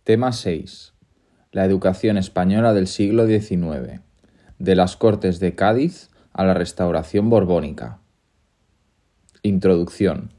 Tema 6. La educación española del siglo XIX, de las Cortes de Cádiz a la Restauración borbónica. Introducción.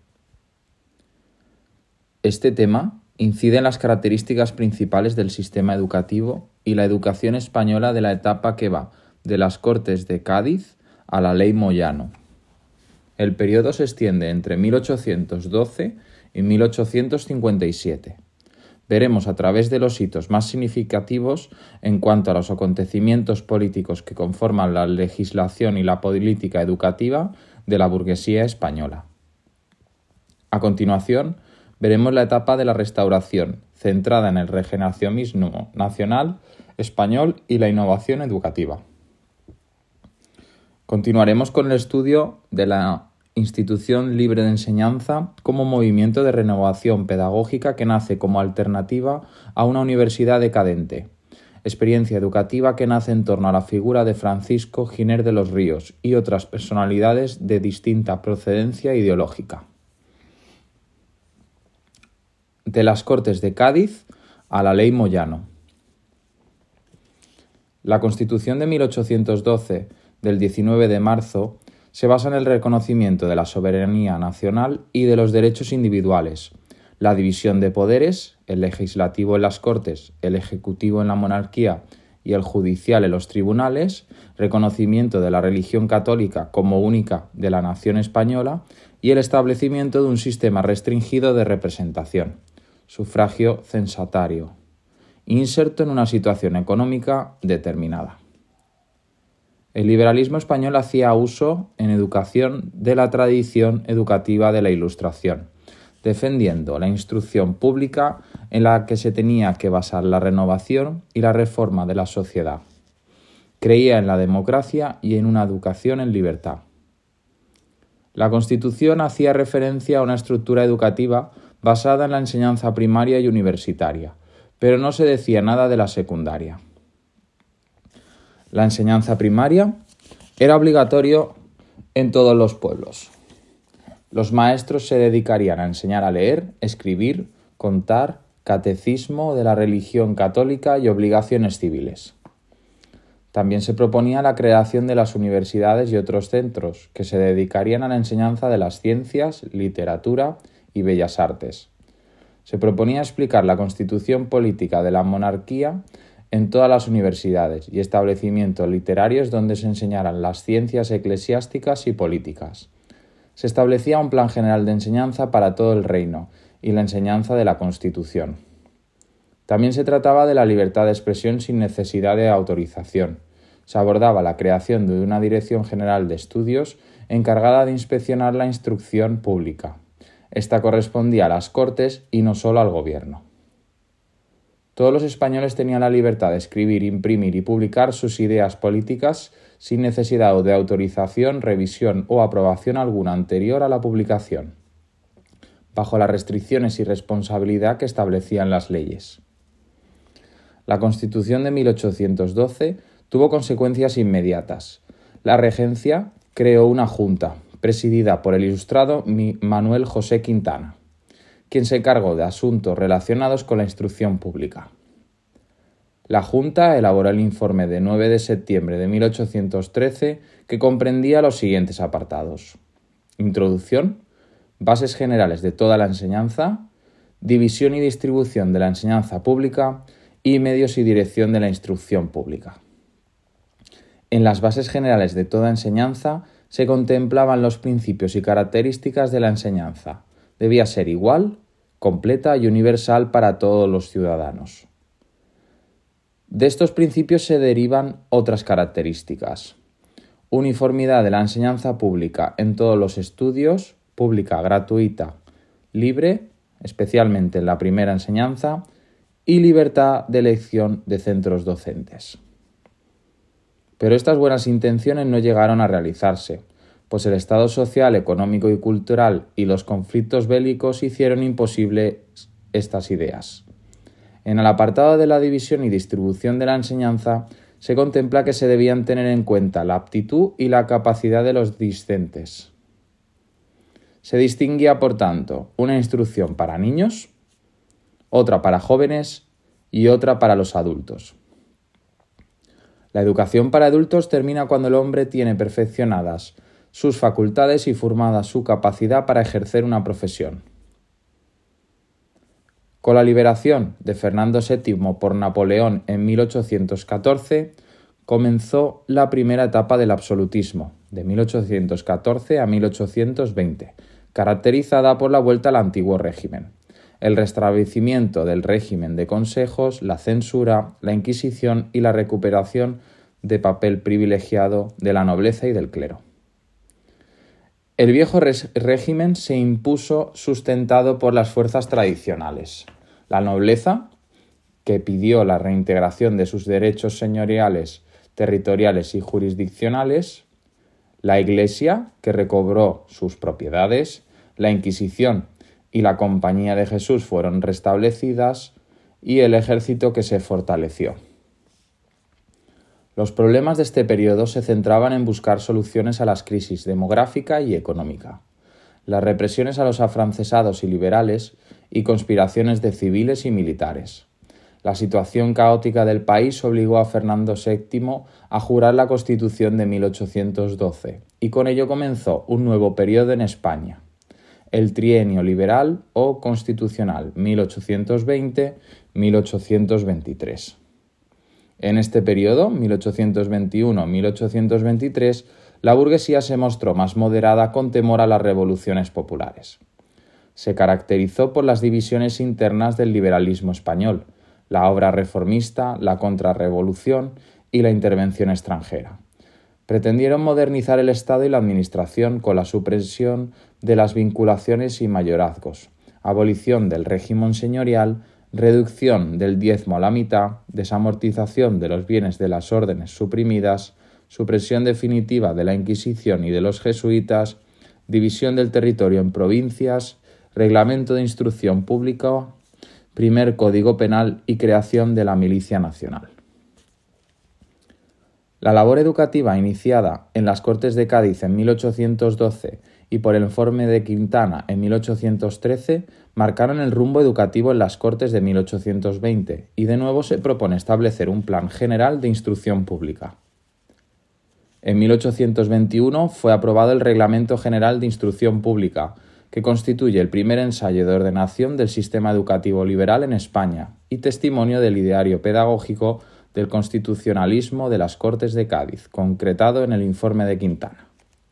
Este tema incide en las características principales del sistema educativo y la educación española de la etapa que va de las Cortes de Cádiz a la Ley Moyano. El periodo se extiende entre 1812 y 1857. Veremos a través de los hitos más significativos en cuanto a los acontecimientos políticos que conforman la legislación y la política educativa de la burguesía española. A continuación, veremos la etapa de la Restauración, centrada en el regeneracionismo nacional español y la innovación educativa. Continuaremos con el estudio de la institución libre de enseñanza como movimiento de renovación pedagógica que nace como alternativa a una universidad decadente, experiencia educativa que nace en torno a la figura de Francisco Giner de los Ríos y otras personalidades de distinta procedencia ideológica. De las Cortes de Cádiz a la Ley Moyano. La Constitución de 1812 del 19 de marzo se basa en el reconocimiento de la soberanía nacional y de los derechos individuales, la división de poderes, el legislativo en las Cortes, el ejecutivo en la monarquía y el judicial en los tribunales, reconocimiento de la religión católica como única de la nación española y el establecimiento de un sistema restringido de representación, sufragio censatario, inserto en una situación económica determinada. El liberalismo español hacía uso en educación de la tradición educativa de la Ilustración, defendiendo la instrucción pública en la que se tenía que basar la renovación y la reforma de la sociedad. Creía en la democracia y en una educación en libertad. La Constitución hacía referencia a una estructura educativa basada en la enseñanza primaria y universitaria, pero no se decía nada de la secundaria. La enseñanza primaria era obligatorio en todos los pueblos. Los maestros se dedicarían a enseñar a leer, escribir, contar, catecismo de la religión católica y obligaciones civiles. También se proponía la creación de las universidades y otros centros que se dedicarían a la enseñanza de las ciencias, literatura y bellas artes. Se proponía explicar la constitución política de la monarquía en todas las universidades y establecimientos literarios donde se enseñaran las ciencias eclesiásticas y políticas. Se establecía un plan general de enseñanza para todo el reino y la enseñanza de la Constitución. También se trataba de la libertad de expresión sin necesidad de autorización. Se abordaba la creación de una Dirección General de Estudios encargada de inspeccionar la instrucción pública. Esta correspondía a las Cortes y no solo al Gobierno. Todos los españoles tenían la libertad de escribir, imprimir y publicar sus ideas políticas sin necesidad de autorización, revisión o aprobación alguna anterior a la publicación, bajo las restricciones y responsabilidad que establecían las leyes. La Constitución de 1812 tuvo consecuencias inmediatas. La regencia creó una junta, presidida por el ilustrado Manuel José Quintana, quien se encargó de asuntos relacionados con la instrucción pública. La Junta elaboró el informe de 9 de septiembre de 1813 que comprendía los siguientes apartados: introducción, bases generales de toda la enseñanza, división y distribución de la enseñanza pública y medios y dirección de la instrucción pública. En las bases generales de toda enseñanza se contemplaban los principios y características de la enseñanza. Debía ser igual, completa y universal para todos los ciudadanos. De estos principios se derivan otras características: uniformidad de la enseñanza pública en todos los estudios, pública, gratuita, libre, especialmente en la primera enseñanza, y libertad de elección de centros docentes. Pero estas buenas intenciones no llegaron a realizarse, pues el estado social, económico y cultural y los conflictos bélicos hicieron imposible estas ideas. En el apartado de la división y distribución de la enseñanza se contempla que se debían tener en cuenta la aptitud y la capacidad de los discentes. Se distinguía, por tanto, una instrucción para niños, otra para jóvenes y otra para los adultos. La educación para adultos termina cuando el hombre tiene perfeccionadas sus facultades y formada su capacidad para ejercer una profesión. Con la liberación de Fernando VII por Napoleón en 1814, comenzó la primera etapa del absolutismo, de 1814 a 1820, caracterizada por la vuelta al antiguo régimen, el restablecimiento del régimen de consejos, la censura, la Inquisición y la recuperación de papel privilegiado de la nobleza y del clero. El viejo régimen se impuso sustentado por las fuerzas tradicionales. La nobleza, que pidió la reintegración de sus derechos señoriales, territoriales y jurisdiccionales; la Iglesia, que recobró sus propiedades; la Inquisición y la Compañía de Jesús fueron restablecidas; y el ejército, que se fortaleció. Los problemas de este periodo se centraban en buscar soluciones a las crisis demográfica y económica, las represiones a los afrancesados y liberales y conspiraciones de civiles y militares. La situación caótica del país obligó a Fernando VII a jurar la Constitución de 1812 y con ello comenzó un nuevo periodo en España, el trienio liberal o constitucional 1820-1823. En este periodo, 1821-1823, la burguesía se mostró más moderada con temor a las revoluciones populares. Se caracterizó por las divisiones internas del liberalismo español, la obra reformista, la contrarrevolución y la intervención extranjera. Pretendieron modernizar el Estado y la administración con la supresión de las vinculaciones y mayorazgos, abolición del régimen señorial, reducción del diezmo a la mitad, desamortización de los bienes de las órdenes suprimidas, supresión definitiva de la Inquisición y de los jesuitas, división del territorio en provincias, reglamento de instrucción pública, primer código penal y creación de la Milicia Nacional. La labor educativa iniciada en las Cortes de Cádiz en 1812 y por el informe de Quintana en 1813 marcaron el rumbo educativo en las Cortes de 1820 y de nuevo se propone establecer un plan general de instrucción pública. En 1821 fue aprobado el Reglamento General de Instrucción Pública, que constituye el primer ensayo de ordenación del sistema educativo liberal en España y testimonio del ideario pedagógico del constitucionalismo de las Cortes de Cádiz, concretado en el informe de Quintana.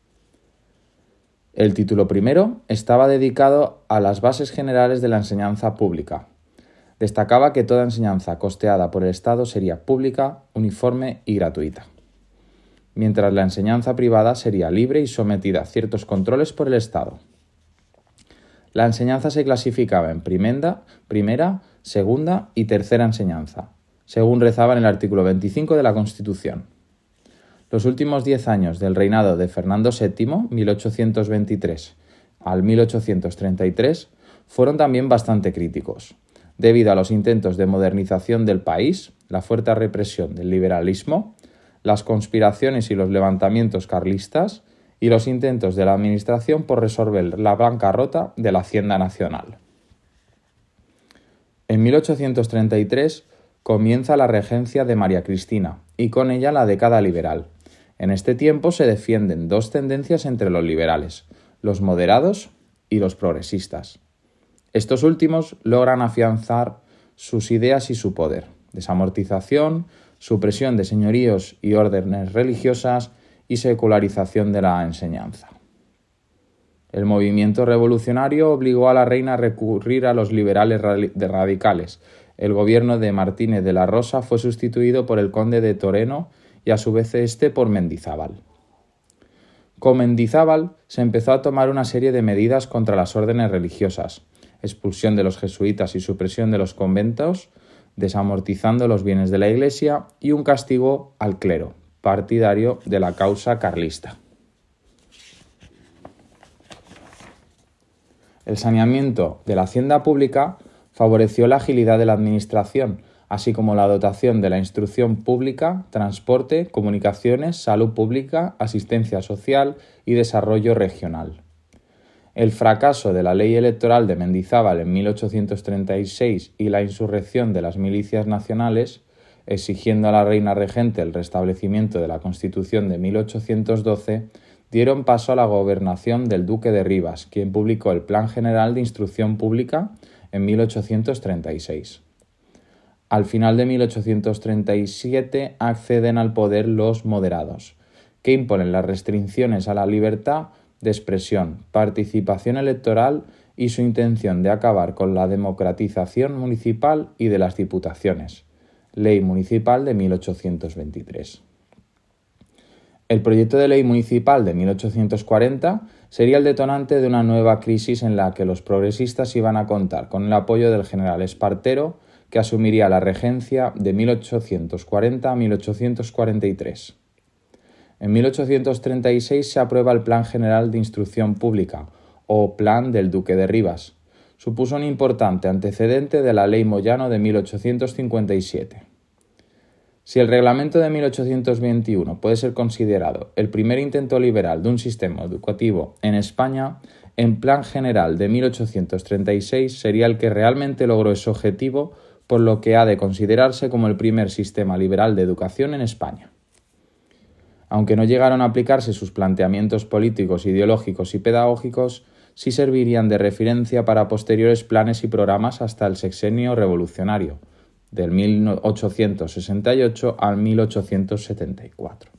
El título primero estaba dedicado a las bases generales de la enseñanza pública. Destacaba que toda enseñanza costeada por el Estado sería pública, uniforme y gratuita, mientras la enseñanza privada sería libre y sometida a ciertos controles por el Estado. La enseñanza se clasificaba en primera, segunda y tercera enseñanza, según rezaba en el artículo 25 de la Constitución. Los últimos 10 años del reinado de Fernando VII, 1823 al 1833, fueron también bastante críticos, debido a los intentos de modernización del país, la fuerte represión del liberalismo, las conspiraciones y los levantamientos carlistas y los intentos de la administración por resolver la bancarrota de la Hacienda Nacional. En 1833 comienza la regencia de María Cristina y con ella la década liberal. En este tiempo se defienden dos tendencias entre los liberales, los moderados y los progresistas. Estos últimos logran afianzar sus ideas y su poder: desamortización, supresión de señoríos y órdenes religiosas y secularización de la enseñanza. El movimiento revolucionario obligó a la reina a recurrir a los liberales radicales. El gobierno de Martínez de la Rosa fue sustituido por el conde de Toreno y a su vez por Mendizábal. Con Mendizábal se empezó a tomar una serie de medidas contra las órdenes religiosas: expulsión de los jesuitas y supresión de los conventos, desamortizando los bienes de la Iglesia, y un castigo al clero, partidario de la causa carlista. El saneamiento de la hacienda pública favoreció la agilidad de la administración, así como la dotación de la instrucción pública, transporte, comunicaciones, salud pública, asistencia social y desarrollo regional. El fracaso de la ley electoral de Mendizábal en 1836 y la insurrección de las milicias nacionales, exigiendo a la reina regente el restablecimiento de la Constitución de 1812, dieron paso a la gobernación del duque de Rivas, quien publicó el Plan General de Instrucción Pública en 1836. Al final de 1837 acceden al poder los moderados, que imponen las restricciones a la libertad de expresión, participación electoral y su intención de acabar con la democratización municipal y de las diputaciones. Ley Municipal de 1823. El proyecto de ley municipal de 1840 sería el detonante de una nueva crisis en la que los progresistas iban a contar con el apoyo del general Espartero, que asumiría la regencia de 1840 a 1843. En 1836 se aprueba el Plan General de Instrucción Pública, o Plan del Duque de Rivas. Supuso un importante antecedente de la Ley Moyano de 1857. Si el reglamento de 1821 puede ser considerado el primer intento liberal de un sistema educativo en España, el Plan General de 1836 sería el que realmente logró ese objetivo, por lo que ha de considerarse como el primer sistema liberal de educación en España. Aunque no llegaron a aplicarse sus planteamientos políticos, ideológicos y pedagógicos, sí servirían de referencia para posteriores planes y programas hasta el sexenio revolucionario, del 1868 al 1874.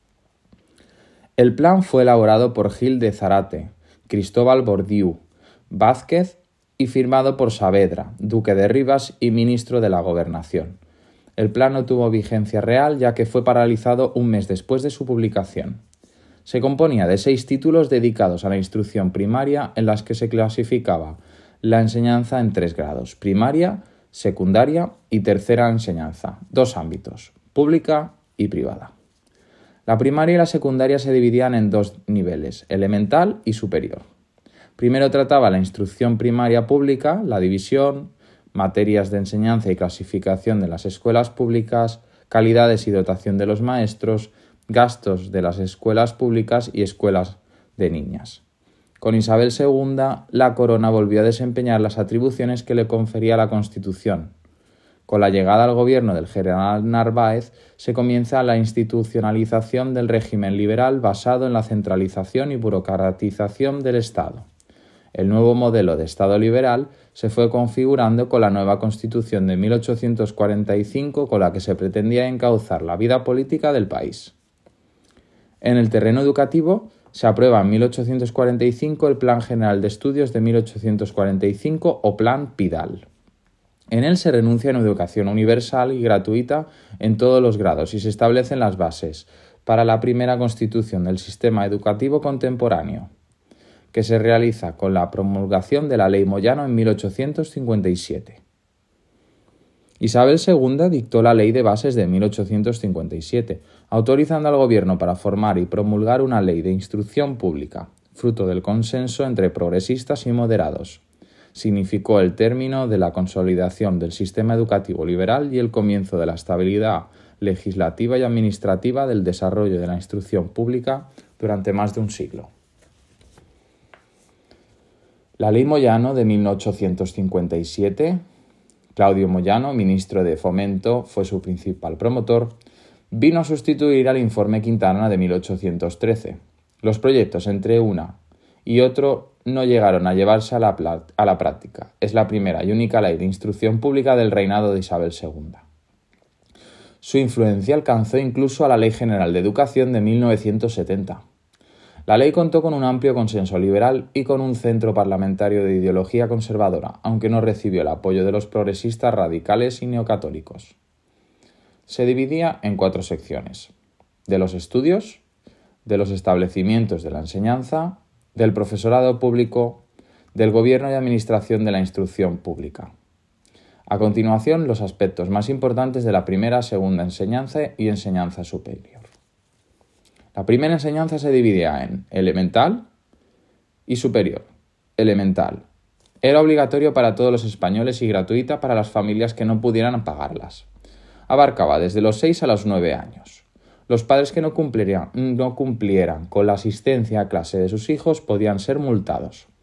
El plan fue elaborado por Gil de Zárate, Cristóbal Bordiú, Vázquez y firmado por Saavedra, duque de Rivas y ministro de la Gobernación. El plan no tuvo vigencia real ya que fue paralizado un mes después de su publicación. Se componía de 6 títulos dedicados a la instrucción primaria en las que se clasificaba la enseñanza en 3 grados: primaria, secundaria y tercera enseñanza, 2 ámbitos, pública y privada. La primaria y la secundaria se dividían en 2 niveles, elemental y superior. Primero trataba la instrucción primaria pública, la división, materias de enseñanza y clasificación de las escuelas públicas, calidades y dotación de los maestros, gastos de las escuelas públicas y escuelas de niñas. Con Isabel II, la corona volvió a desempeñar las atribuciones que le confería la Constitución. Con la llegada al gobierno del general Narváez, se comienza la institucionalización del régimen liberal basado en la centralización y burocratización del Estado. El nuevo modelo de Estado liberal se fue configurando con la nueva Constitución de 1845, con la que se pretendía encauzar la vida política del país. En el terreno educativo, se aprueba en 1845 el Plan General de Estudios de 1845 o Plan Pidal. En él se renuncia a una educación universal y gratuita en todos los grados y se establecen las bases para la primera constitución del sistema educativo contemporáneo, que se realiza con la promulgación de la Ley Moyano en 1857. Isabel II dictó la Ley de Bases de 1857, autorizando al Gobierno para formar y promulgar una ley de instrucción pública, fruto del consenso entre progresistas y moderados. Significó el término de la consolidación del sistema educativo liberal y el comienzo de la estabilidad legislativa y administrativa del desarrollo de la instrucción pública durante más de un siglo. La Ley Moyano de 1857, Claudio Moyano, ministro de Fomento, fue su principal promotor, vino a sustituir al Informe Quintana de 1813. Los proyectos entre una y otro no llegaron a llevarse a la práctica. Es la primera y única ley de instrucción pública del reinado de Isabel II. Su influencia alcanzó incluso a la Ley General de Educación de 1970. La ley contó con un amplio consenso liberal y con un centro parlamentario de ideología conservadora, aunque no recibió el apoyo de los progresistas radicales y neocatólicos. Se dividía en 4 secciones: de los estudios, de los establecimientos de la enseñanza, del profesorado público, del gobierno y administración de la instrucción pública. A continuación, los aspectos más importantes de la primera, segunda enseñanza y enseñanza superior. La primera enseñanza se dividía en elemental y superior. Elemental. Era obligatorio para todos los españoles y gratuita para las familias que no pudieran pagarlas. Abarcaba desde los 6 a los 9 años. Los padres que no cumplieran con la asistencia a clase de sus hijos podían ser multados.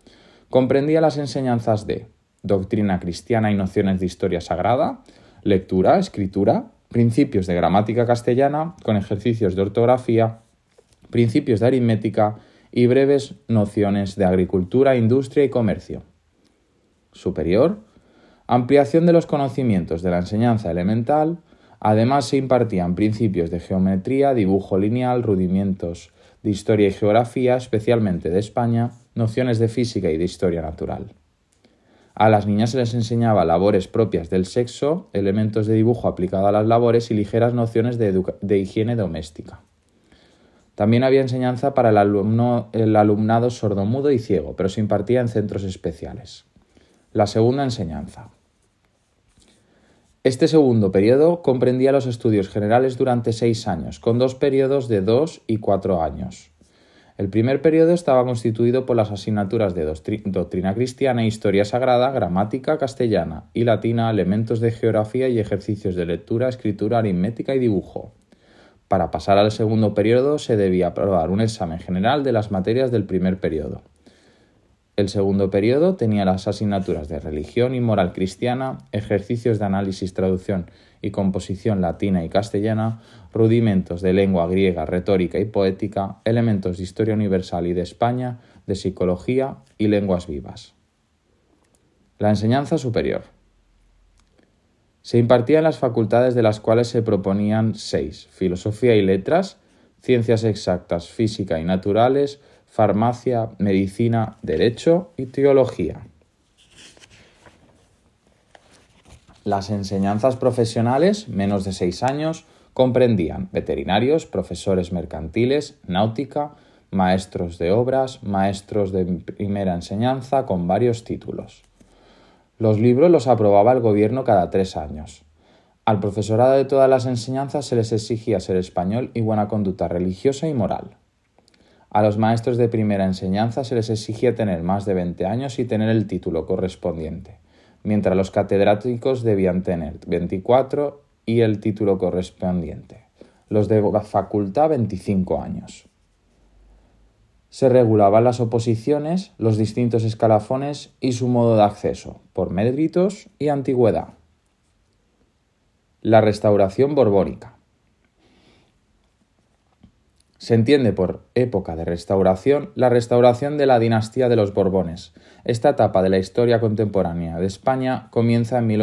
Comprendía las enseñanzas de doctrina cristiana y nociones de historia sagrada, lectura, escritura, principios de gramática castellana con ejercicios de ortografía, principios de aritmética y breves nociones de agricultura, industria y comercio. Superior, ampliación de los conocimientos de la enseñanza elemental. Además se impartían principios de geometría, dibujo lineal, rudimentos de historia y geografía, especialmente de España, nociones de física y de historia natural. A las niñas se les enseñaba labores propias del sexo, elementos de dibujo aplicado a las labores y ligeras nociones de higiene doméstica. También había enseñanza para el alumnado sordomudo y ciego, pero se impartía en centros especiales. La segunda enseñanza. Este segundo periodo comprendía los estudios generales durante 6 años, con 2 periodos de 2 y 4 años. El primer periodo estaba constituido por las asignaturas de doctrina cristiana, historia sagrada, gramática castellana y latina, elementos de geografía y ejercicios de lectura, escritura, aritmética y dibujo. Para pasar al segundo periodo se debía aprobar un examen general de las materias del primer periodo. El segundo periodo tenía las asignaturas de religión y moral cristiana, ejercicios de análisis, traducción y composición latina y castellana, rudimentos de lengua griega, retórica y poética, elementos de historia universal y de España, de psicología y lenguas vivas. La enseñanza superior. Se impartía en las facultades de las cuales se proponían 6: filosofía y letras, ciencias exactas, física y naturales, farmacia, medicina, derecho y teología. Las enseñanzas profesionales, menos de 6 años, comprendían veterinarios, profesores mercantiles, náutica, maestros de obras, maestros de primera enseñanza con varios títulos. Los libros los aprobaba el gobierno cada 3 años. Al profesorado de todas las enseñanzas se les exigía ser español y buena conducta religiosa y moral. A los maestros de primera enseñanza se les exigía tener más de 20 años y tener el título correspondiente, mientras los catedráticos debían tener 24 y el título correspondiente. Los de facultad 25 años. Se regulaban las oposiciones, los distintos escalafones y su modo de acceso, por méritos y antigüedad. La restauración borbónica. Se entiende por época de restauración la restauración de la dinastía de los Borbones. Esta etapa de la historia contemporánea de España comienza en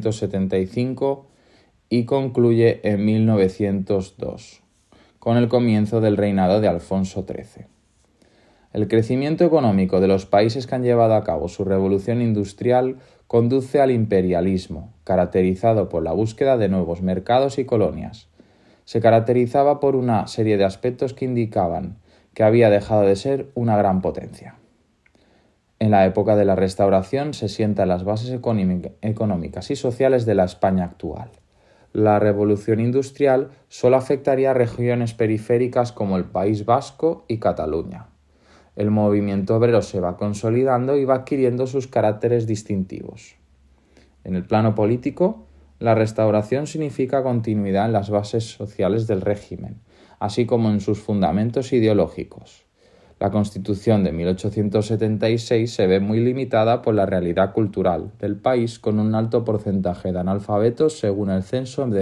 1875 y concluye en 1902, con el comienzo del reinado de Alfonso XIII. El crecimiento económico de los países que han llevado a cabo su revolución industrial conduce al imperialismo, caracterizado por la búsqueda de nuevos mercados y colonias. Se caracterizaba por una serie de aspectos que indicaban que había dejado de ser una gran potencia. En la época de la Restauración se sientan las bases económicas y sociales de la España actual. La revolución industrial solo afectaría a regiones periféricas como el País Vasco y Cataluña. El movimiento obrero se va consolidando y va adquiriendo sus caracteres distintivos. En el plano político, la restauración significa continuidad en las bases sociales del régimen, así como en sus fundamentos ideológicos. La Constitución de 1876 se ve muy limitada por la realidad cultural del país, con un alto porcentaje de analfabetos según el censo de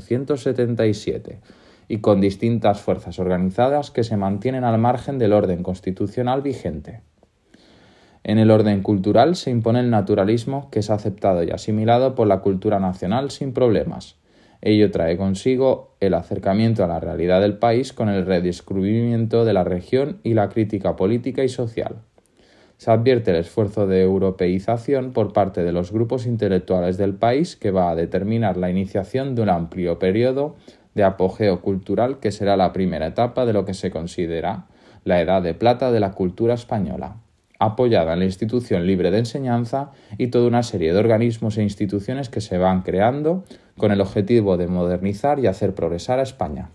1877, y con distintas fuerzas organizadas que se mantienen al margen del orden constitucional vigente. En el orden cultural se impone el naturalismo, que es aceptado y asimilado por la cultura nacional sin problemas. Ello trae consigo el acercamiento a la realidad del país con el redescubrimiento de la región y la crítica política y social. Se advierte el esfuerzo de europeización por parte de los grupos intelectuales del país que va a determinar la iniciación de un amplio periodo de apogeo cultural que será la primera etapa de lo que se considera la Edad de Plata de la cultura española, apoyada en la institución libre de enseñanza y toda una serie de organismos e instituciones que se van creando con el objetivo de modernizar y hacer progresar a España.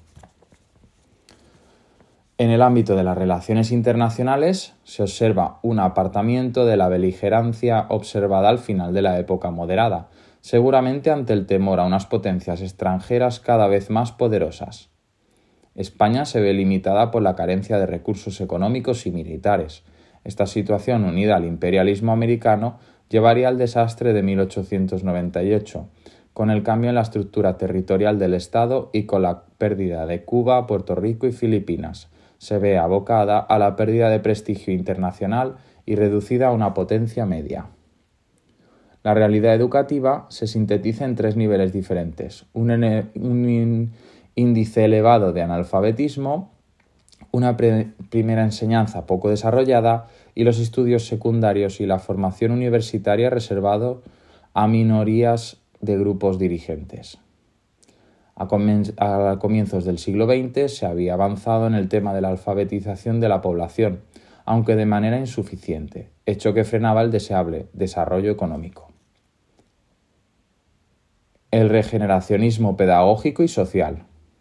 En el ámbito de las relaciones internacionales se observa un apartamiento de la beligerancia observada al final de la época moderada, seguramente ante el temor a unas potencias extranjeras cada vez más poderosas. España se ve limitada por la carencia de recursos económicos y militares. Esta situación, unida al imperialismo americano, llevaría al desastre de 1898, con el cambio en la estructura territorial del Estado y con la pérdida de Cuba, Puerto Rico y Filipinas. Se ve abocada a la pérdida de prestigio internacional y reducida a una potencia media. La realidad educativa se sintetiza en 3 niveles diferentes: un índice elevado de analfabetismo, una primera enseñanza poco desarrollada y los estudios secundarios y la formación universitaria reservado a minorías de grupos dirigentes. A comienzos del siglo XX se había avanzado en el tema de la alfabetización de la población, aunque de manera insuficiente, hecho que frenaba el deseable desarrollo económico. El regeneracionismo pedagógico y social.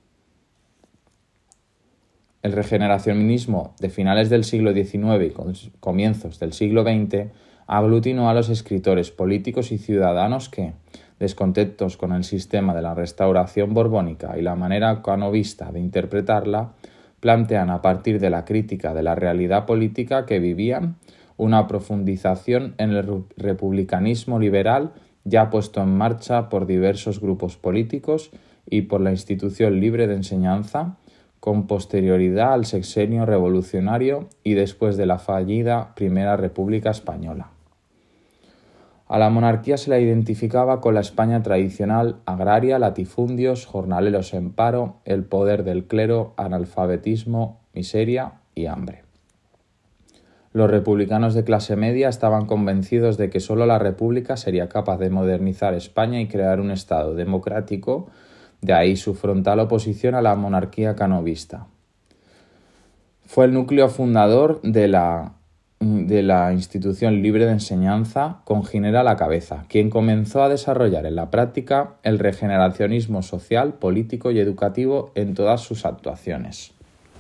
El regeneracionismo de finales del siglo XIX y comienzos del siglo XX aglutinó a los escritores políticos y ciudadanos que, descontentos con el sistema de la Restauración borbónica y la manera canovista de interpretarla, plantean a partir de la crítica de la realidad política que vivían una profundización en el republicanismo liberal ya puesto en marcha por diversos grupos políticos y por la institución libre de enseñanza, con posterioridad al sexenio revolucionario y después de la fallida Primera República Española. A la monarquía se la identificaba con la España tradicional, agraria, latifundios, jornaleros en paro, el poder del clero, analfabetismo, miseria y hambre. Los republicanos de clase media estaban convencidos de que sólo la República sería capaz de modernizar España y crear un Estado democrático, de ahí su frontal oposición a la monarquía canovista. Fue el núcleo fundador de la institución libre de enseñanza con Giner a la cabeza, quien comenzó a desarrollar en la práctica el regeneracionismo social, político y educativo en todas sus actuaciones.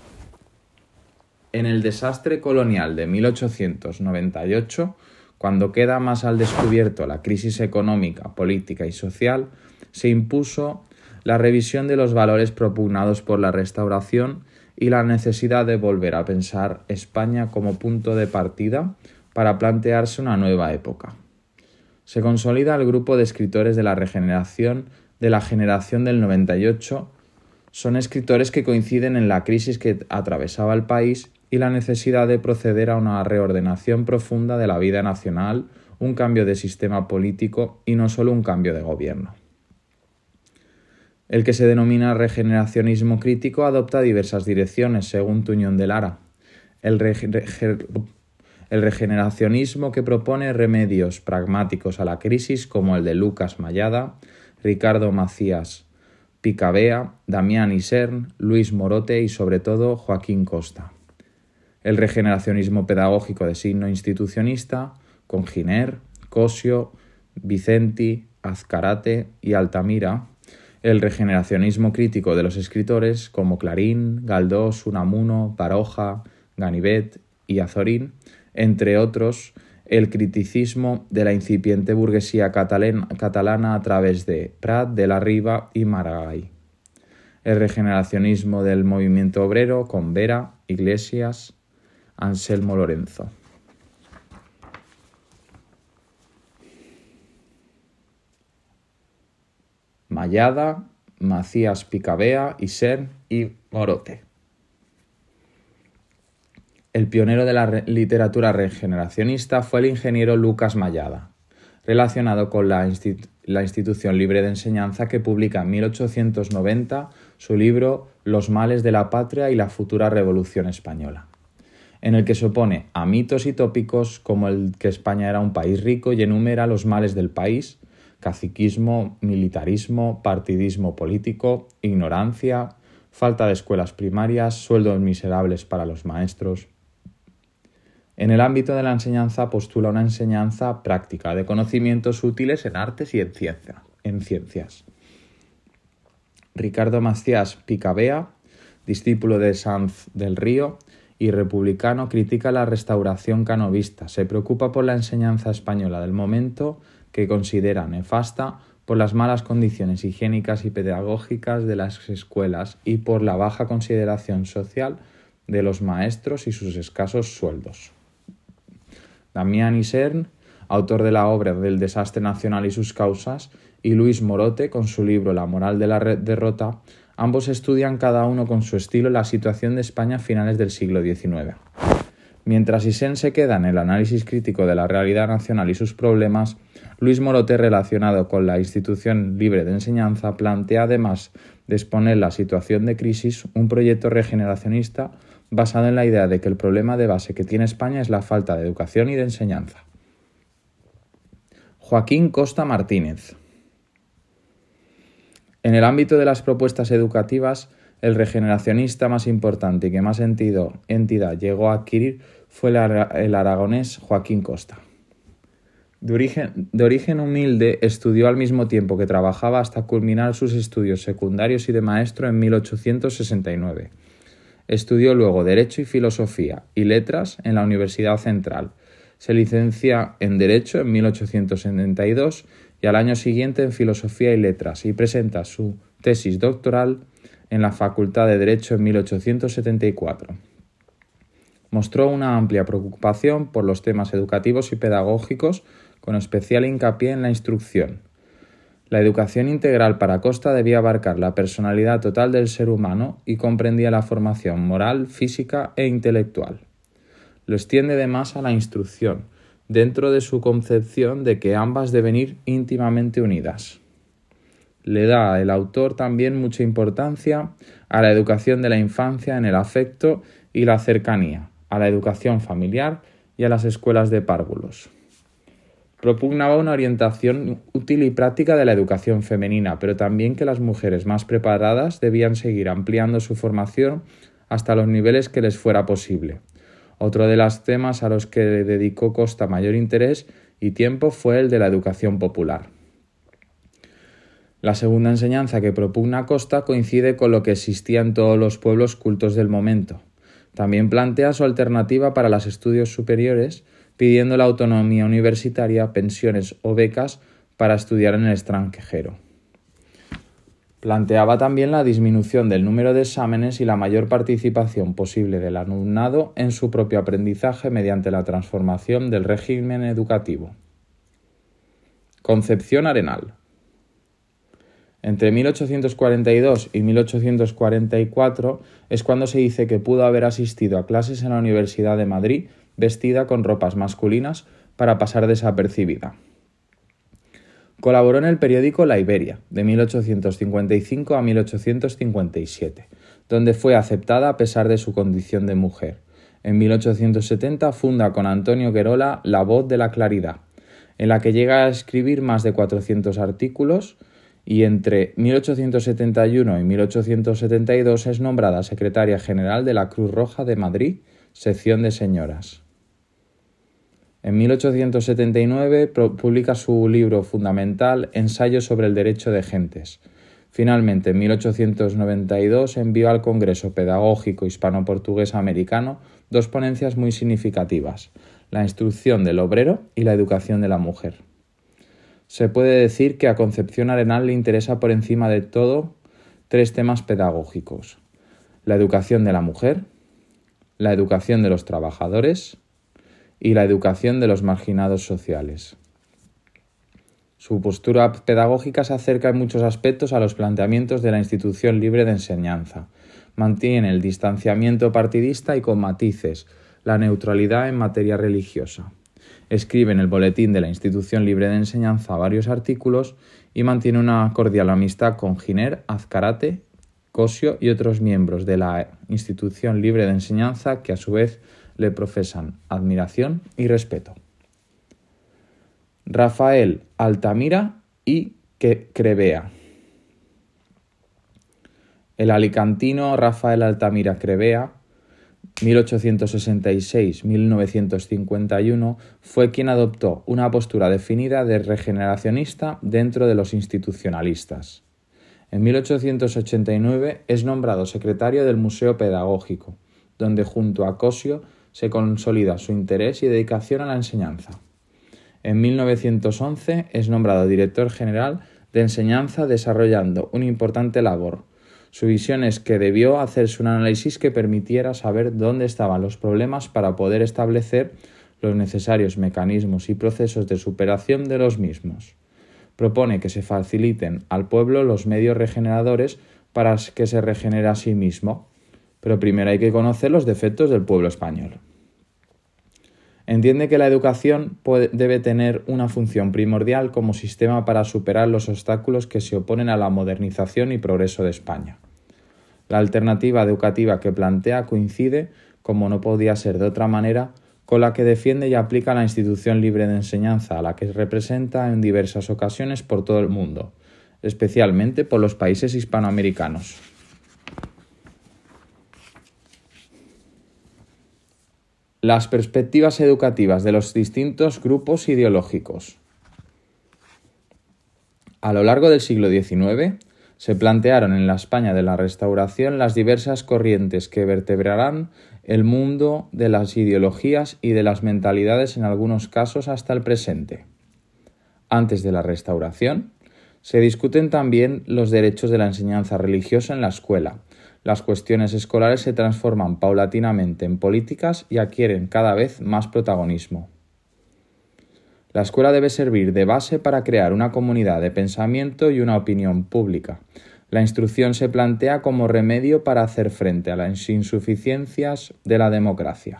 En el desastre colonial de 1898, cuando queda más al descubierto la crisis económica, política y social, se impuso la revisión de los valores propugnados por la Restauración y la necesidad de volver a pensar España como punto de partida para plantearse una nueva época. Se consolida el grupo de escritores de la regeneración de la generación del 98. Son escritores que coinciden en la crisis que atravesaba el país y la necesidad de proceder a una reordenación profunda de la vida nacional, un cambio de sistema político y no solo un cambio de gobierno. El que se denomina regeneracionismo crítico adopta diversas direcciones, según Tuñón de Lara. El regeneracionismo que propone remedios pragmáticos a la crisis, como el de Lucas Mallada, Ricardo Macías Picabea, Damián Isern, Luis Morote y, sobre todo, Joaquín Costa. El regeneracionismo pedagógico de signo institucionista, con Giner, Cosio, Vicenti, Azcárate y Altamira. El regeneracionismo crítico de los escritores como Clarín, Galdós, Unamuno, Baroja, Ganivet y Azorín, entre otros, el criticismo de la incipiente burguesía catalana a través de Prat, de la Riva y Maragall. El regeneracionismo del movimiento obrero con Vera, Iglesias, Anselmo Lorenzo. Mallada, Macías Picabea, Isern y Morote. El pionero de la literatura regeneracionista fue el ingeniero Lucas Mallada, relacionado con la institución libre de enseñanza, que publica en 1890 su libro Los males de la patria y la futura revolución española, en el que se opone a mitos y tópicos como el que España era un país rico y enumera los males del país: caciquismo, militarismo, partidismo político, ignorancia, falta de escuelas primarias, sueldos miserables para los maestros. En el ámbito de la enseñanza postula una enseñanza práctica de conocimientos útiles en artes y en ciencias. Ricardo Macías Picabea, discípulo de Sanz del Río y republicano, critica la restauración canovista. Se preocupa por la enseñanza española del momento, que considera nefasta por las malas condiciones higiénicas y pedagógicas de las escuelas y por la baja consideración social de los maestros y sus escasos sueldos. Damián Isern, autor de la obra del desastre nacional y sus causas, y Luis Morote, con su libro La moral de la derrota, ambos estudian cada uno con su estilo la situación de España a finales del siglo XIX. Mientras Isern se queda en el análisis crítico de la realidad nacional y sus problemas, Luis Morote, relacionado con la institución libre de enseñanza, plantea, además de exponer la situación de crisis, un proyecto regeneracionista basado en la idea de que el problema de base que tiene España es la falta de educación y de enseñanza. Joaquín Costa Martínez. En el ámbito de las propuestas educativas, el regeneracionista más importante y que más entidad llegó a adquirir fue el aragonés Joaquín Costa. De origen humilde, estudió al mismo tiempo que trabajaba hasta culminar sus estudios secundarios y de maestro en 1869. Estudió luego Derecho y Filosofía y Letras en la Universidad Central. Se licencia en Derecho en 1872 y al año siguiente en Filosofía y Letras y presenta su tesis doctoral en la Facultad de Derecho en 1874. Mostró una amplia preocupación por los temas educativos y pedagógicos, con especial hincapié en la instrucción. La educación integral para Costa debía abarcar la personalidad total del ser humano y comprendía la formación moral, física e intelectual. Lo extiende además a la instrucción, dentro de su concepción de que ambas deben ir íntimamente unidas. Le da el autor también mucha importancia a la educación de la infancia en el afecto y la cercanía, a la educación familiar y a las escuelas de párvulos. Propugnaba una orientación útil y práctica de la educación femenina, pero también que las mujeres más preparadas debían seguir ampliando su formación hasta los niveles que les fuera posible. Otro de los temas a los que dedicó Costa mayor interés y tiempo fue el de la educación popular. La segunda enseñanza que propugna Costa coincide con lo que existía en todos los pueblos cultos del momento. También plantea su alternativa para los estudios superiores, pidiendo la autonomía universitaria, pensiones o becas para estudiar en el extranjero. Planteaba también la disminución del número de exámenes y la mayor participación posible del alumnado en su propio aprendizaje mediante la transformación del régimen educativo. Concepción Arenal. Entre 1842 y 1844 es cuando se dice que pudo haber asistido a clases en la Universidad de Madrid vestida con ropas masculinas para pasar desapercibida. Colaboró en el periódico La Iberia, de 1855 a 1857, donde fue aceptada a pesar de su condición de mujer. En 1870 funda con Antonio Guerola La Voz de la Claridad, en la que llega a escribir más de 400 artículos, y entre 1871 y 1872 es nombrada secretaria general de la Cruz Roja de Madrid, sección de señoras. En 1879 publica su libro fundamental Ensayo sobre el derecho de gentes. Finalmente, en 1892 envió al Congreso Pedagógico Hispano-Portugués Americano dos ponencias muy significativas: la instrucción del obrero y la educación de la mujer. Se puede decir que a Concepción Arenal le interesa por encima de todo tres temas pedagógicos: la educación de la mujer, la educación de los trabajadores y la educación de los marginados sociales. Su postura pedagógica se acerca en muchos aspectos a los planteamientos de la institución libre de enseñanza. Mantiene el distanciamiento partidista y con matices, la neutralidad en materia religiosa. Escribe en el boletín de la institución libre de enseñanza varios artículos y mantiene una cordial amistad con Giner, Azcárate, Cosio y otros miembros de la institución libre de enseñanza que a su vez le profesan admiración y respeto. Rafael Altamira y Crevea. El alicantino Rafael Altamira Crevea, 1866-1951, fue quien adoptó una postura definida de regeneracionista dentro de los institucionalistas. En 1889 es nombrado secretario del Museo Pedagógico, donde junto a Cosio se consolida su interés y dedicación a la enseñanza. En 1911 es nombrado director general de enseñanza, desarrollando una importante labor. Su visión es que debió hacerse un análisis que permitiera saber dónde estaban los problemas para poder establecer los necesarios mecanismos y procesos de superación de los mismos. Propone que se faciliten al pueblo los medios regeneradores para que se regenere a sí mismo, pero primero hay que conocer los defectos del pueblo español. Entiende que la educación debe tener una función primordial como sistema para superar los obstáculos que se oponen a la modernización y progreso de España. La alternativa educativa que plantea coincide, como no podía ser de otra manera, con la que defiende y aplica la institución libre de enseñanza, a la que representa en diversas ocasiones por todo el mundo, especialmente por los países hispanoamericanos. Las perspectivas educativas de los distintos grupos ideológicos. A lo largo del siglo XIX se plantearon en la España de la Restauración las diversas corrientes que vertebrarán el mundo de las ideologías y de las mentalidades en algunos casos hasta el presente. Antes de la Restauración, se discuten también los derechos de la enseñanza religiosa en la escuela. Las cuestiones escolares se transforman paulatinamente en políticas y adquieren cada vez más protagonismo. La escuela debe servir de base para crear una comunidad de pensamiento y una opinión pública. La instrucción se plantea como remedio para hacer frente a las insuficiencias de la democracia.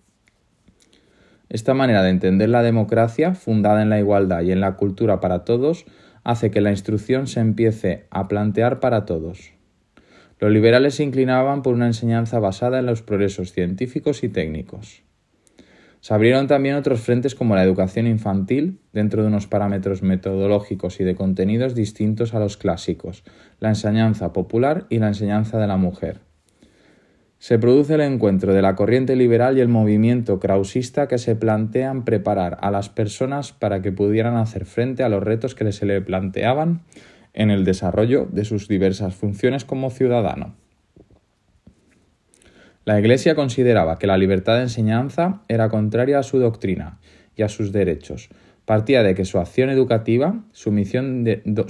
Esta manera de entender la democracia, fundada en la igualdad y en la cultura para todos, hace que la instrucción se empiece a plantear para todos. Los liberales se inclinaban por una enseñanza basada en los progresos científicos y técnicos. Se abrieron también otros frentes como la educación infantil, dentro de unos parámetros metodológicos y de contenidos distintos a los clásicos, la enseñanza popular y la enseñanza de la mujer. Se produce el encuentro de la corriente liberal y el movimiento krausista que se plantean preparar a las personas para que pudieran hacer frente a los retos que se le planteaban en el desarrollo de sus diversas funciones como ciudadano. La Iglesia consideraba que la libertad de enseñanza era contraria a su doctrina y a sus derechos. Partía de que su acción educativa, su misión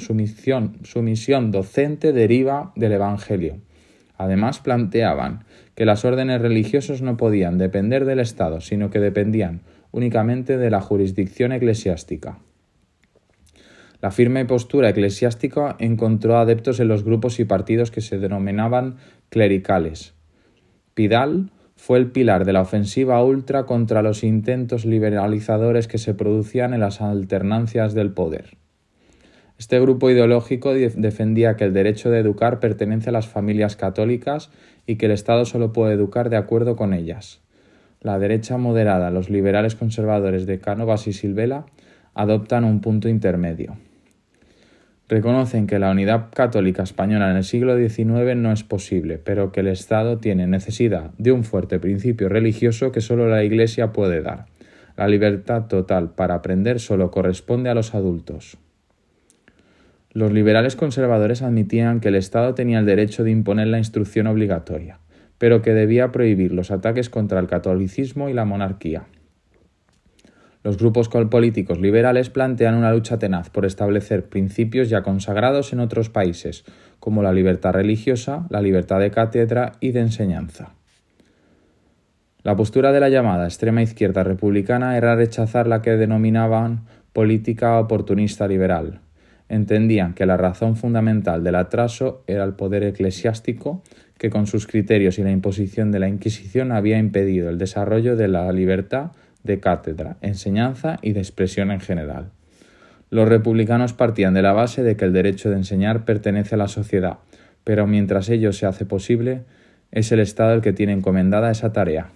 docente deriva del Evangelio. Además, planteaban que las órdenes religiosas no podían depender del Estado, sino que dependían únicamente de la jurisdicción eclesiástica. La firme postura eclesiástica encontró adeptos en los grupos y partidos que se denominaban clericales. Pidal fue el pilar de la ofensiva ultra contra los intentos liberalizadores que se producían en las alternancias del poder. Este grupo ideológico defendía que el derecho de educar pertenece a las familias católicas y que el Estado solo puede educar de acuerdo con ellas. La derecha moderada, los liberales conservadores de Cánovas y Silvela, adoptan un punto intermedio. Reconocen que la unidad católica española en el siglo XIX no es posible, pero que el Estado tiene necesidad de un fuerte principio religioso que solo la Iglesia puede dar. La libertad total para aprender solo corresponde a los adultos. Los liberales conservadores admitían que el Estado tenía el derecho de imponer la instrucción obligatoria, pero que debía prohibir los ataques contra el catolicismo y la monarquía. Los grupos políticos liberales plantean una lucha tenaz por establecer principios ya consagrados en otros países, como la libertad religiosa, la libertad de cátedra y de enseñanza. La postura de la llamada extrema izquierda republicana era rechazar la que denominaban política oportunista liberal. Entendían que la razón fundamental del atraso era el poder eclesiástico, que con sus criterios y la imposición de la Inquisición había impedido el desarrollo de la libertad de cátedra, enseñanza y de expresión en general. Los republicanos partían de la base de que el derecho de enseñar pertenece a la sociedad, pero mientras ello se hace posible, es el Estado el que tiene encomendada esa tarea.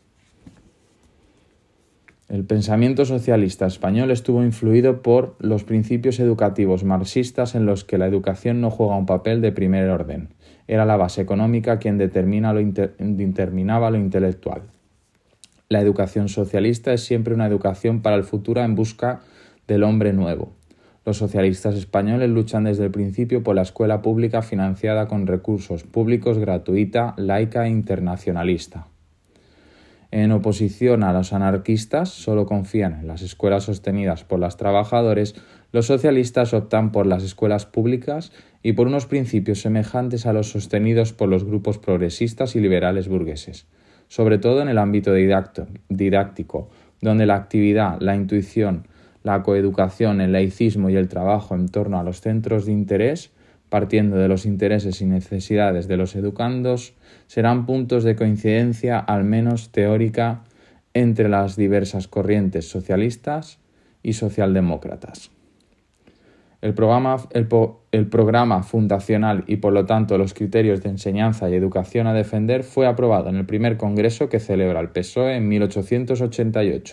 El pensamiento socialista español estuvo influido por los principios educativos marxistas en los que la educación no juega un papel de primer orden. Era la base económica quien determinaba lo intelectual. La educación socialista es siempre una educación para el futuro en busca del hombre nuevo. Los socialistas españoles luchan desde el principio por la escuela pública financiada con recursos públicos, gratuita, laica e internacionalista. En oposición a los anarquistas, solo confían en las escuelas sostenidas por los trabajadores, los socialistas optan por las escuelas públicas y por unos principios semejantes a los sostenidos por los grupos progresistas y liberales burgueses, sobre todo en el ámbito didáctico, donde la actividad, la intuición, la coeducación, el laicismo y el trabajo en torno a los centros de interés, partiendo de los intereses y necesidades de los educandos, serán puntos de coincidencia, al menos teórica, entre las diversas corrientes socialistas y socialdemócratas. El programa fundacional y, por lo tanto, los criterios de enseñanza y educación a defender fue aprobado en el primer congreso que celebra el PSOE en 1888.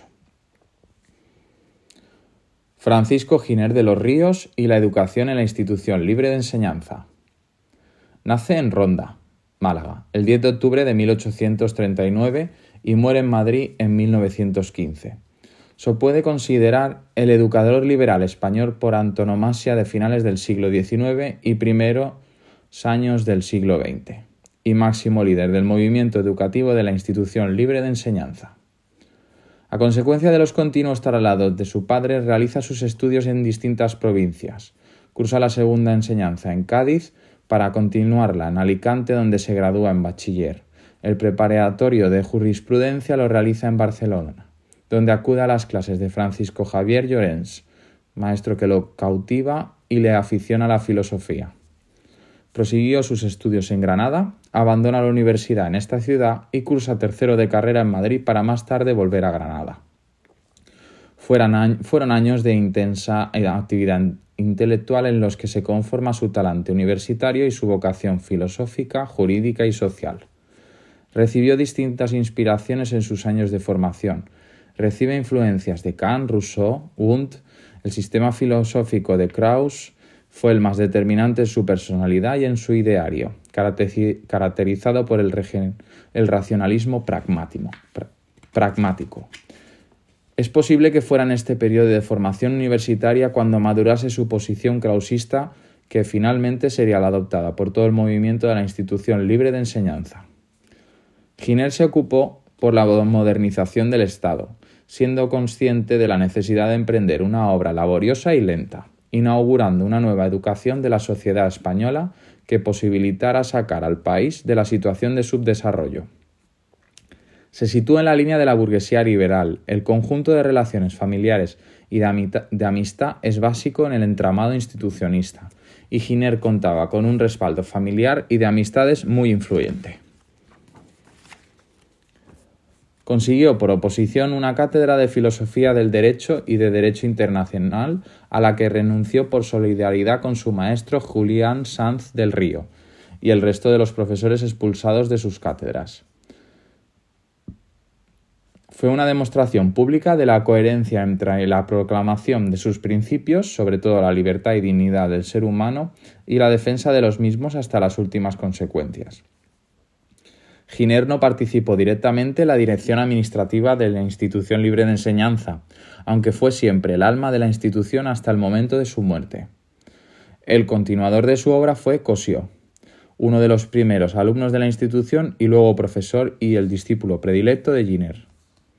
Francisco Giner de los Ríos y la educación en la institución libre de enseñanza. Nace en Ronda, Málaga, el 10 de octubre de 1839 y muere en Madrid en 1915. Se puede considerar el educador liberal español por antonomasia de finales del siglo XIX y primeros años del siglo XX, y máximo líder del movimiento educativo de la institución libre de enseñanza. A consecuencia de los continuos traslados de su padre, realiza sus estudios en distintas provincias. Cursa la segunda enseñanza en Cádiz para continuarla en Alicante, donde se gradúa en bachiller. El preparatorio de jurisprudencia lo realiza en Barcelona, donde acude a las clases de Francisco Javier Llorens, maestro que lo cautiva y le aficiona a la filosofía. Prosiguió sus estudios en Granada, abandona la universidad en esta ciudad y cursa tercero de carrera en Madrid para más tarde volver a Granada. Fueron años de intensa actividad intelectual en los que se conforma su talante universitario y su vocación filosófica, jurídica y social. Recibió distintas inspiraciones en sus años de formación. Recibe influencias de Kant, Rousseau, Wundt, el sistema filosófico de Krauss. Fue el más determinante en su personalidad y en su ideario, caracterizado por el racionalismo pragmático. Es posible que fuera en este periodo de formación universitaria cuando madurase su posición krausista, que finalmente sería la adoptada por todo el movimiento de la institución libre de enseñanza. Giner se ocupó por la modernización del Estado, siendo consciente de la necesidad de emprender una obra laboriosa y lenta, inaugurando una nueva educación de la sociedad española que posibilitara sacar al país de la situación de subdesarrollo. Se sitúa en la línea de la burguesía liberal. El conjunto de relaciones familiares y de amistad es básico en el entramado institucionista, y Giner contaba con un respaldo familiar y de amistades muy influyente. Consiguió por oposición una cátedra de Filosofía del Derecho y de Derecho Internacional, a la que renunció por solidaridad con su maestro Julián Sanz del Río y el resto de los profesores expulsados de sus cátedras. Fue una demostración pública de la coherencia entre la proclamación de sus principios, sobre todo la libertad y dignidad del ser humano, y la defensa de los mismos hasta las últimas consecuencias. Giner no participó directamente en la dirección administrativa de la institución libre de enseñanza, aunque fue siempre el alma de la institución hasta el momento de su muerte. El continuador de su obra fue Cosio, uno de los primeros alumnos de la institución y luego profesor y el discípulo predilecto de Giner.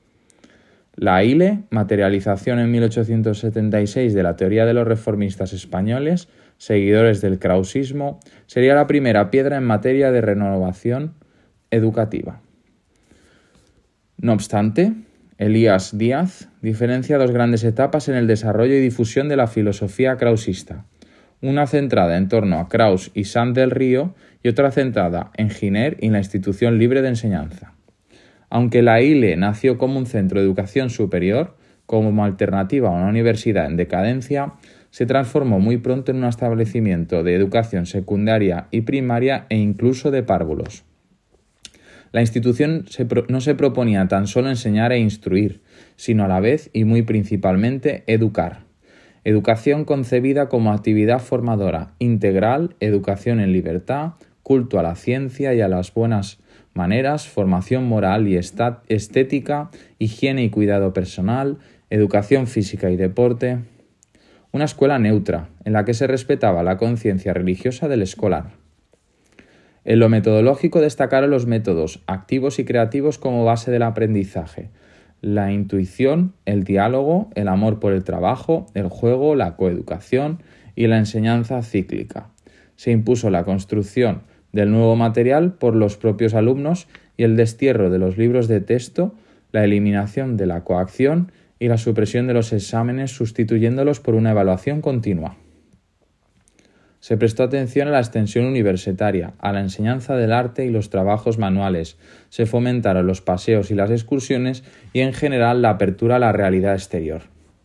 La ILE, materialización en 1876 de la teoría de los reformistas españoles, seguidores del krausismo, sería la primera piedra en materia de renovación educativa. No obstante, Elías Díaz diferencia dos grandes etapas en el desarrollo y difusión de la filosofía krausista, una centrada en torno a Krauss y Sanz del Río y otra centrada en Giner y la institución libre de enseñanza. Aunque la ILE nació como un centro de educación superior, como alternativa a una universidad en decadencia, se transformó muy pronto en un establecimiento de educación secundaria y primaria e incluso de párvulos. La institución no se proponía tan solo enseñar e instruir, sino a la vez y muy principalmente educar. Educación concebida como actividad formadora integral, educación en libertad, culto a la ciencia y a las buenas maneras, formación moral y estética, higiene y cuidado personal, educación física y deporte. Una escuela neutra, en la que se respetaba la conciencia religiosa del escolar. En lo metodológico destacaron los métodos activos y creativos como base del aprendizaje, la intuición, el diálogo, el amor por el trabajo, el juego, la coeducación y la enseñanza cíclica. Se impuso la construcción del nuevo material por los propios alumnos y el destierro de los libros de texto la eliminación de la coacción y la supresión de los exámenes sustituyéndolos por una evaluación continua. Se prestó atención a la extensión universitaria, a la enseñanza del arte y los trabajos manuales, se fomentaron los paseos y las excursiones y en general la apertura a la realidad exterior.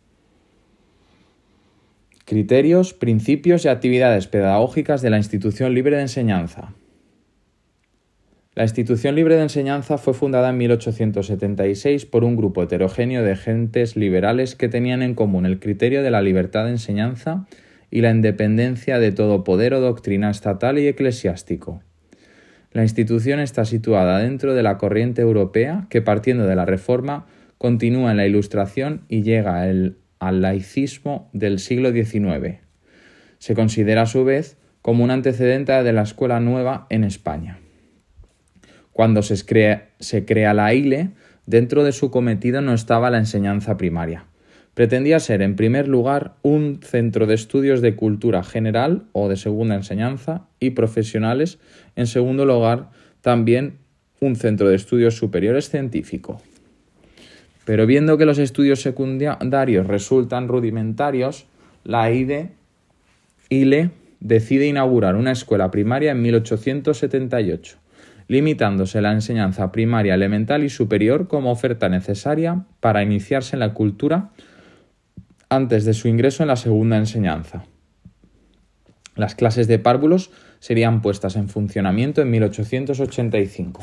Criterios, principios y actividades pedagógicas de la Institución Libre de Enseñanza. La Institución Libre de Enseñanza fue fundada en 1876 por un grupo heterogéneo de gentes liberales que tenían en común el criterio de la libertad de enseñanza y la independencia de todo poder o doctrina estatal y eclesiástico. La institución está situada dentro de la corriente europea que, partiendo de la Reforma, continúa en la Ilustración y llega al laicismo del siglo XIX. Se considera a su vez como un antecedente de la Escuela Nueva en España. Cuando se crea la ILE, dentro de su cometido no estaba la enseñanza primaria. Pretendía ser, en primer lugar, un centro de estudios de cultura general o de segunda enseñanza y profesionales, en segundo lugar, también un centro de estudios superiores científico. Pero viendo que los estudios secundarios resultan rudimentarios, la ILE decide inaugurar una escuela primaria en 1878, limitándose la enseñanza primaria, elemental y superior como oferta necesaria para iniciarse en la cultura antes de su ingreso en la segunda enseñanza. Las clases de párvulos serían puestas en funcionamiento en 1885.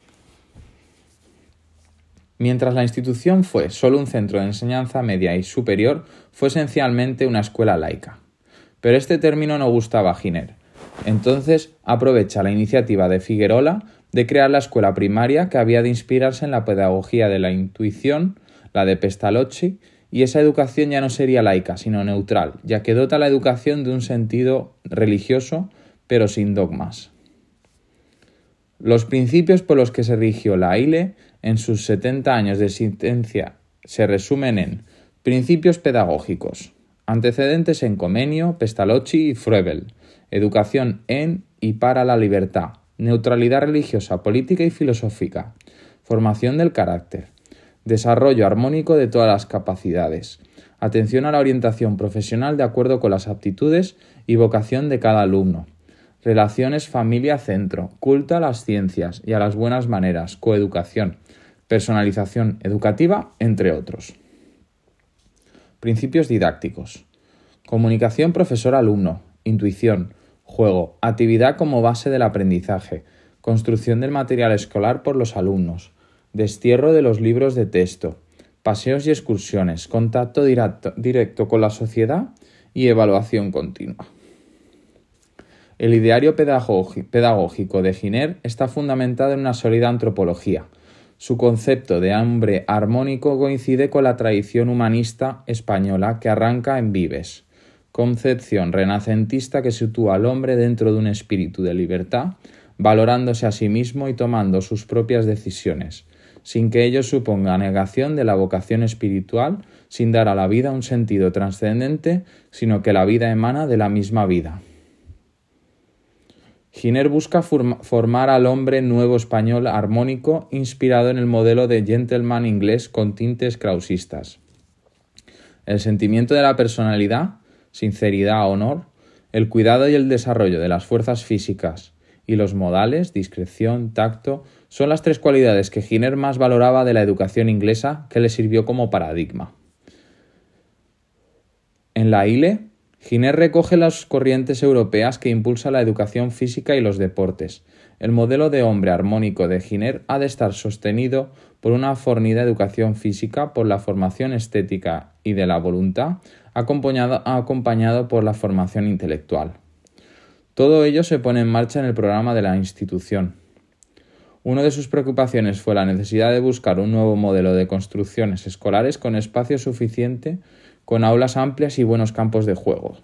Mientras la institución fue solo un centro de enseñanza media y superior, fue esencialmente una escuela laica. Pero este término no gustaba a Giner. Entonces aprovecha la iniciativa de Figuerola de crear la escuela primaria que había de inspirarse en la pedagogía de la intuición, la de Pestalozzi, y esa educación ya no sería laica, sino neutral, ya que dota la educación de un sentido religioso, pero sin dogmas. Los principios por los que se rigió la ILE en sus 70 años de existencia se resumen en principios pedagógicos, antecedentes en Comenio, Pestalozzi y Froebel, educación en y para la libertad, neutralidad religiosa, política y filosófica, formación del carácter, desarrollo armónico de todas las capacidades, atención a la orientación profesional de acuerdo con las aptitudes y vocación de cada alumno, relaciones familia-centro, culto a las ciencias y a las buenas maneras, coeducación, personalización educativa, entre otros. Principios didácticos. Comunicación profesor-alumno, intuición, juego, actividad como base del aprendizaje, construcción del material escolar por los alumnos, destierro de los libros de texto, paseos y excursiones, contacto directo con la sociedad y evaluación continua. El ideario pedagógico de Giner está fundamentado en una sólida antropología. Su concepto de hombre armónico coincide con la tradición humanista española que arranca en Vives, concepción renacentista que sitúa al hombre dentro de un espíritu de libertad, valorándose a sí mismo y tomando sus propias decisiones, sin que ello suponga negación de la vocación espiritual, sin dar a la vida un sentido trascendente, sino que la vida emana de la misma vida. Giner busca formar al hombre nuevo español armónico inspirado en el modelo de gentleman inglés con tintes krausistas. El sentimiento de la personalidad, sinceridad, honor, el cuidado y el desarrollo de las fuerzas físicas y los modales, discreción, tacto, son las tres cualidades que Giner más valoraba de la educación inglesa que le sirvió como paradigma. En la ILE, Giner recoge las corrientes europeas que impulsan la educación física y los deportes. El modelo de hombre armónico de Giner ha de estar sostenido por una fornida educación física, por la formación estética y de la voluntad, acompañado por la formación intelectual. Todo ello se pone en marcha en el programa de la institución. Una de sus preocupaciones fue la necesidad de buscar un nuevo modelo de construcciones escolares con espacio suficiente, con aulas amplias y buenos campos de juego.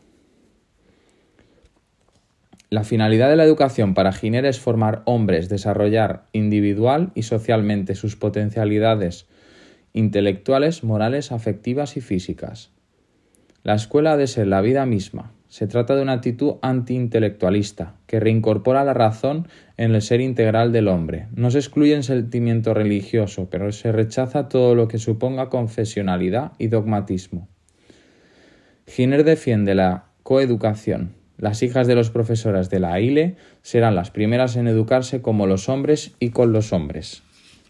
La finalidad de la educación para Giner es formar hombres, desarrollar individual y socialmente sus potencialidades intelectuales, morales, afectivas y físicas. La escuela ha de ser la vida misma, Se trata de una actitud antiintelectualista, que reincorpora la razón en el ser integral del hombre. No se excluye el sentimiento religioso, pero se rechaza todo lo que suponga confesionalidad y dogmatismo. Giner defiende la coeducación. Las hijas de los profesores de la ILE serán las primeras en educarse como los hombres y con los hombres.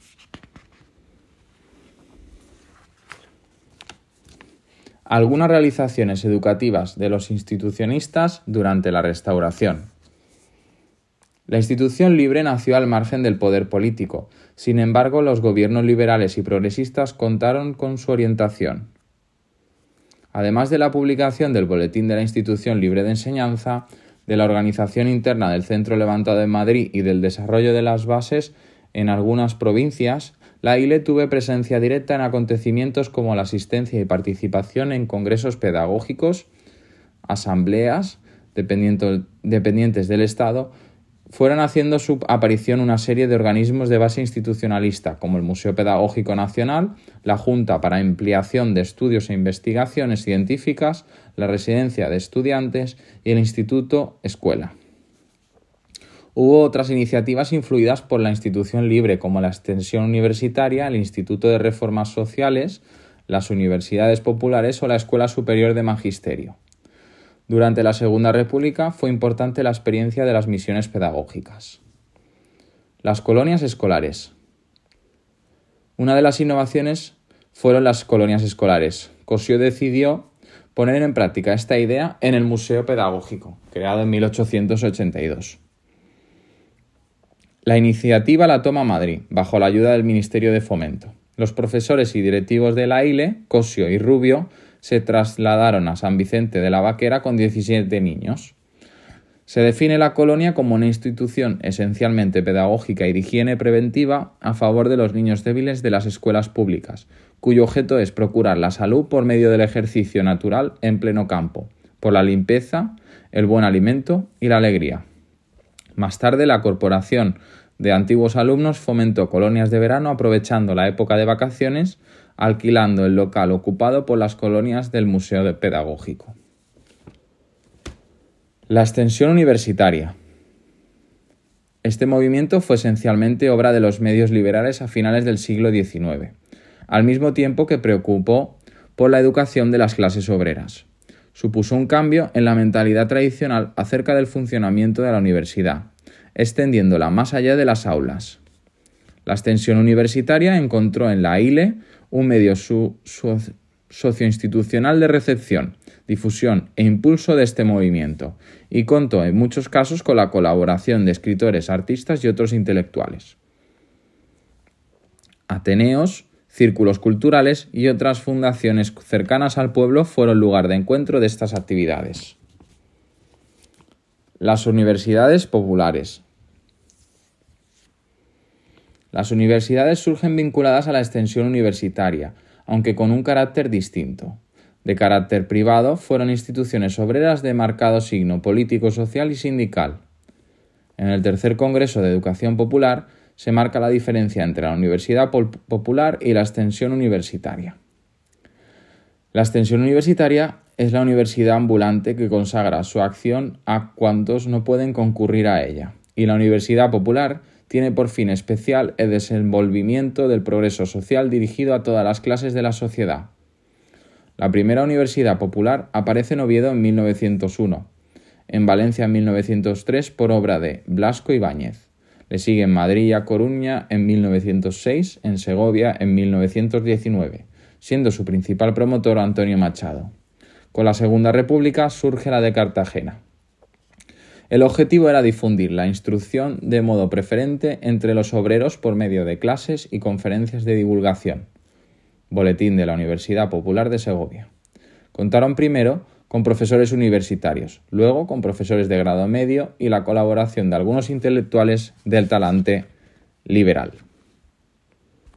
Algunas realizaciones educativas de los institucionistas durante la Restauración. La institución libre nació al margen del poder político. Sin embargo, los gobiernos liberales y progresistas contaron con su orientación. Además de la publicación del Boletín de la Institución Libre de Enseñanza, de la organización interna del Centro Levantado en Madrid y del desarrollo de las bases en algunas provincias, la ILE tuvo presencia directa en acontecimientos como la asistencia y participación en congresos pedagógicos, asambleas dependientes del Estado. Fueron haciendo su aparición una serie de organismos de base institucionalista, como el Museo Pedagógico Nacional, la Junta para Ampliación de Estudios e Investigaciones Científicas, la Residencia de Estudiantes y el Instituto Escuela. Hubo otras iniciativas influidas por la institución libre, como la Extensión Universitaria, el Instituto de Reformas Sociales, las Universidades Populares o la Escuela Superior de Magisterio. Durante la Segunda República fue importante la experiencia de las misiones pedagógicas. Las colonias escolares. Una de las innovaciones fueron las colonias escolares. Cossío decidió poner en práctica esta idea en el Museo Pedagógico, creado en 1882. La iniciativa la toma Madrid, bajo la ayuda del Ministerio de Fomento. Los profesores y directivos de la ILE, Cossío y Rubio, se trasladaron a San Vicente de la Vaquera con 17 niños. Se define la colonia como una institución esencialmente pedagógica y de higiene preventiva a favor de los niños débiles de las escuelas públicas, cuyo objeto es procurar la salud por medio del ejercicio natural en pleno campo, por la limpieza, el buen alimento y la alegría. Más tarde, la Corporación de Antiguos Alumnos fomentó colonias de verano aprovechando la época de vacaciones, alquilando el local ocupado por las colonias del Museo Pedagógico. La extensión universitaria. Este movimiento fue esencialmente obra de los medios liberales a finales del siglo XIX, al mismo tiempo que preocupó por la educación de las clases obreras. Supuso un cambio en la mentalidad tradicional acerca del funcionamiento de la universidad, extendiéndola más allá de las aulas. La extensión universitaria encontró en la ILE un medio socioinstitucional de recepción, difusión e impulso de este movimiento, y contó en muchos casos con la colaboración de escritores, artistas y otros intelectuales. Ateneos, círculos culturales y otras fundaciones cercanas al pueblo fueron lugar de encuentro de estas actividades. Las universidades populares. Las universidades surgen vinculadas a la extensión universitaria, aunque con un carácter distinto. De carácter privado, fueron instituciones obreras de marcado signo político, social y sindical. En el Tercer Congreso de Educación Popular se marca la diferencia entre la universidad popular y la extensión universitaria. La extensión universitaria es la universidad ambulante que consagra su acción a cuantos no pueden concurrir a ella, y la universidad popular tiene por fin especial el desenvolvimiento del progreso social dirigido a todas las clases de la sociedad. La primera universidad popular aparece en Oviedo en 1901, en Valencia en 1903 por obra de Blasco Ibáñez. Le siguen Madrid y A Coruña en 1906, en Segovia en 1919, siendo su principal promotor Antonio Machado. Con la Segunda República surge la de Cartagena. El objetivo era difundir la instrucción de modo preferente entre los obreros por medio de clases y conferencias de divulgación. Boletín de la Universidad Popular de Segovia. Contaron primero con profesores universitarios, luego con profesores de grado medio y la colaboración de algunos intelectuales del talante liberal.